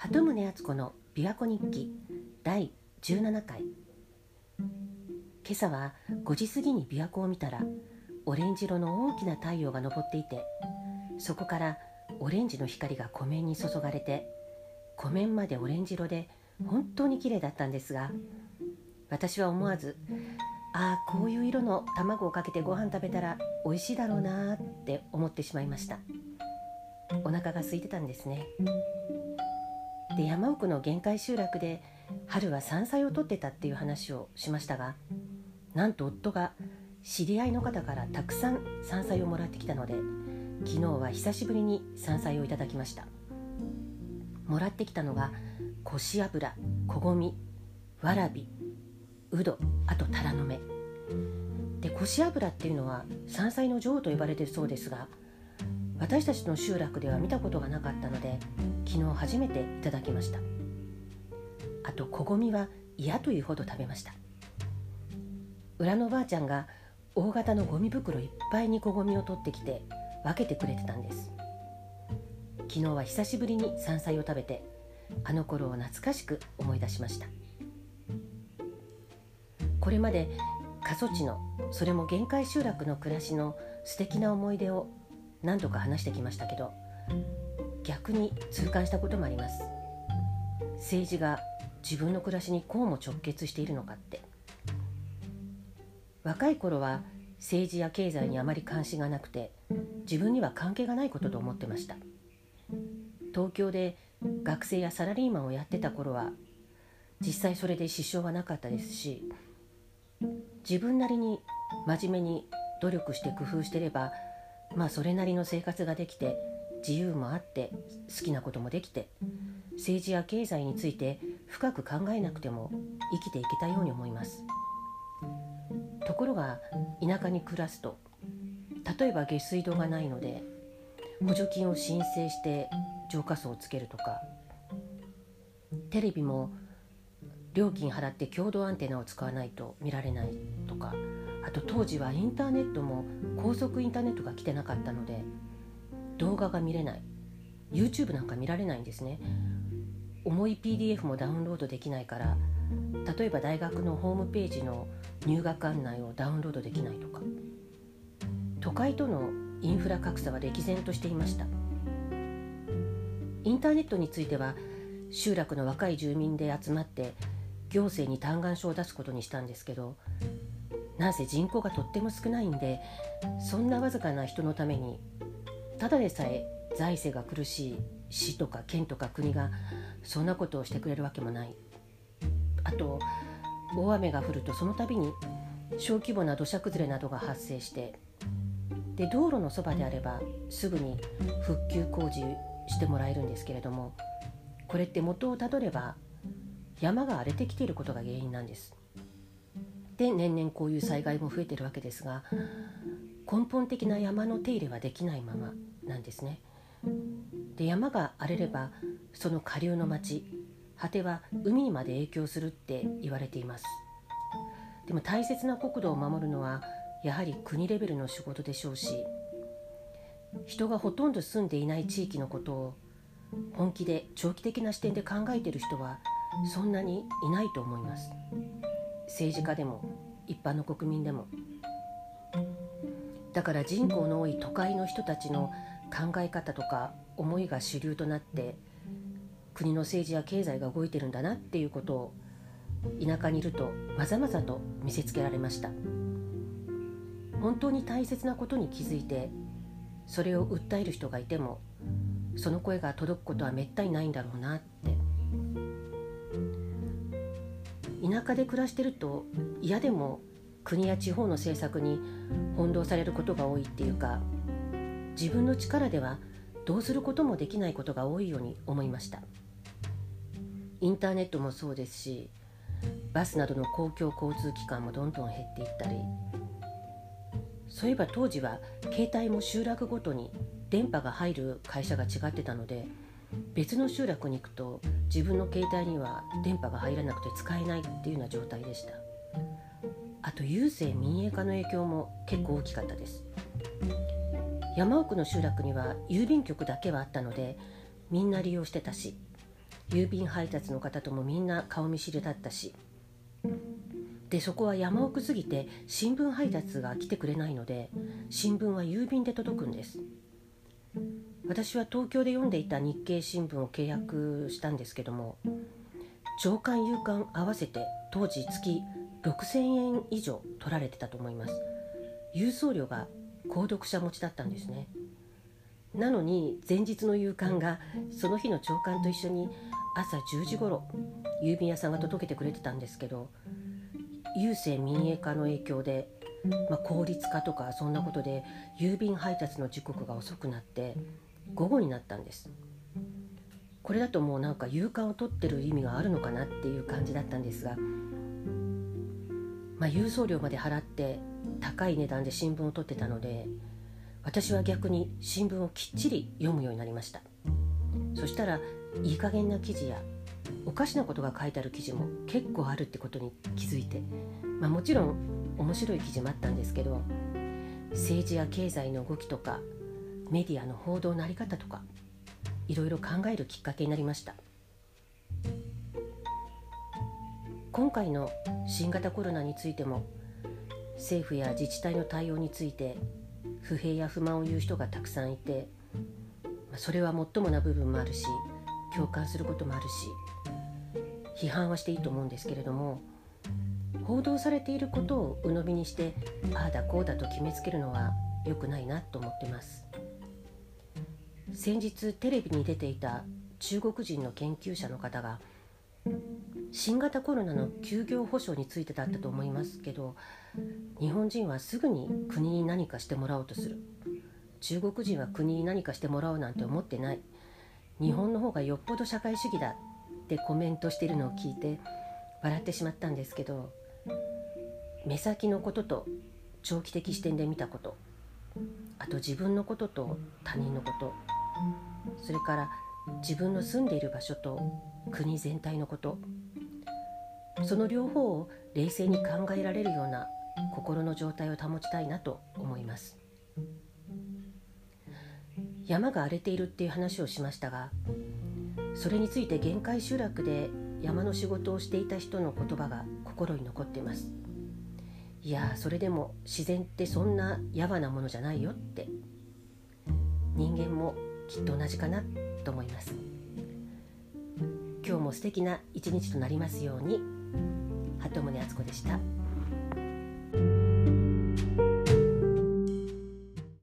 鳩宗敦子の琵琶湖日記第17回。今朝は5時過ぎに琵琶湖を見たら、オレンジ色の大きな太陽が昇っていて、そこからオレンジの光が湖面に注がれて、湖面までオレンジ色で本当に綺麗だったんですが、私は思わず、こういう色の卵をかけてご飯食べたら美味しいだろうなって思ってしまいました。お腹が空いてたんですね。で、山奥の限界集落で春は山菜を採ってたっていう話をしましたが、なんと夫が知り合いの方からたくさん山菜をもらってきたので、昨日は久しぶりに山菜をいただきました。もらってきたのがこし油、こごみ、わらび、うど、あとタラの芽で、こし油っていうのは山菜の女王と呼ばれているそうですが、私たちの集落では見たことがなかったので、昨日初めていただきました。あとこごみは嫌というほど食べました。裏のばあちゃんが大型のゴミ袋いっぱいにこごみを取ってきて分けてくれてたんです。昨日は久しぶりに山菜を食べて、あの頃を懐かしく思い出しました。これまで過疎地の、それも限界集落の暮らしの素敵な思い出を何度か話してきましたけど、逆に痛感したこともあります。政治が自分の暮らしにこうも直結しているのかって。若い頃は政治や経済にあまり関心がなくて、自分には関係がないことと思ってました。東京で学生やサラリーマンをやってた頃は実際それで支障はなかったですし、自分なりに真面目に努力して工夫してれば、それなりの生活ができて、自由もあって好きなこともできて、政治や経済について深く考えなくても生きていけたように思います。ところが田舎に暮らすと、例えば下水道がないので補助金を申請して浄化槽をつけるとか、テレビも料金払って共同アンテナを使わないと見られないとか、あと当時はインターネットも高速インターネットが来てなかったので、動画が見れない、 YouTube なんか見られないんですね。重い PDF もダウンロードできないから、例えば大学のホームページの入学案内をダウンロードできないとか、都会とのインフラ格差は歴然としていました。インターネットについては集落の若い住民で集まって行政に嘆願書を出すことにしたんですけど、なんせ人口がとっても少ないんで、そんなわずかな人のためにただでさえ財政が苦しい市とか県とか国がそんなことをしてくれるわけもない。あと大雨が降るとその度に小規模な土砂崩れなどが発生して、で道路のそばであればすぐに復旧工事してもらえるんですけれども、これって元をたどれば山が荒れてきていることが原因なんです。で、年々こういう災害も増えているわけですが、根本的な山の手入れはできないままなんですね。で、山が荒れればその下流の町、果ては海にまで影響するって言われています。でも大切な国土を守るのはやはり国レベルの仕事でしょうし、人がほとんど住んでいない地域のことを本気で長期的な視点で考えている人はそんなにいないと思います。政治家でも一般の国民でも。だから人口の多い都会の人たちの考え方とか思いが主流となって、国の政治や経済が動いてるんだなっていうことを田舎にいるとまざまざと見せつけられました。本当に大切なことに気づいてそれを訴える人がいても、その声が届くことはめったにないんだろうなって。田舎で暮らしてると嫌でも国や地方の政策に翻弄されることが多いっていうか、自分の力ではどうすることもできないことが多いように思いました。インターネットもそうですし、バスなどの公共交通機関もどんどん減っていったり、そういえば当時は携帯も集落ごとに電波が入る会社が違ってたので、別の集落に行くと自分の携帯には電波が入らなくて使えないっていうような状態でした。あと郵政民営化の影響も結構大きかったです。山奥の集落には郵便局だけはあったのでみんな利用してたし、 郵便配達の方ともみんな顔見知りだったし、でそこは山奥すぎて新聞配達が来てくれないので、新聞は郵便で届くんです。私は東京で読んでいた日経新聞を契約したんですけども、朝刊夕刊合わせて当時月6000円以上取られてたと思います。郵送料が購読者持ちだったんですね。なのに前日の夕刊がその日の朝刊と一緒に朝10時頃郵便屋さんが届けてくれてたんですけど、郵政民営化の影響で、効率化とかそんなことで郵便配達の時刻が遅くなって午後になったんです。これだともうなんか夕刊を取ってる意味があるのかなっていう感じだったんですが、郵送料まで払って高い値段で新聞を取ってたので、私は逆に新聞をきっちり読むようになりました。そしたらいい加減な記事やおかしなことが書いてある記事も結構あるってことに気づいて、もちろん面白い記事もあったんですけど、政治や経済の動きとかメディアの報道のあり方とかいろいろ考えるきっかけになりました。今回の新型コロナについても、政府や自治体の対応について不平や不満を言う人がたくさんいて、それはもっともな部分もあるし、共感することもあるし、批判はしていいと思うんですけれども、報道されていることを鵜呑みにしてああだこうだと決めつけるのは良くないなと思ってます。先日テレビに出ていた中国人の研究者の方が、新型コロナの休業保障についてだったと思いますけど、日本人はすぐに国に何かしてもらおうとする、中国人は国に何かしてもらおうなんて思ってない、日本の方がよっぽど社会主義だってコメントしているのを聞いて笑ってしまったんですけど、目先のことと長期的視点で見たこと、あと自分のことと他人のこと、それから自分の住んでいる場所と国全体のこと、その両方を冷静に考えられるような心の状態を保ちたいなと思います。山が荒れているっていう話をしましたが、それについて限界集落で山の仕事をしていた人の言葉が心に残っています。いや、それでも自然ってそんな野蛮なものじゃないよって。人間もきっと同じかなと思います。今日も素敵な一日となりますように。鳩宗敦子でした。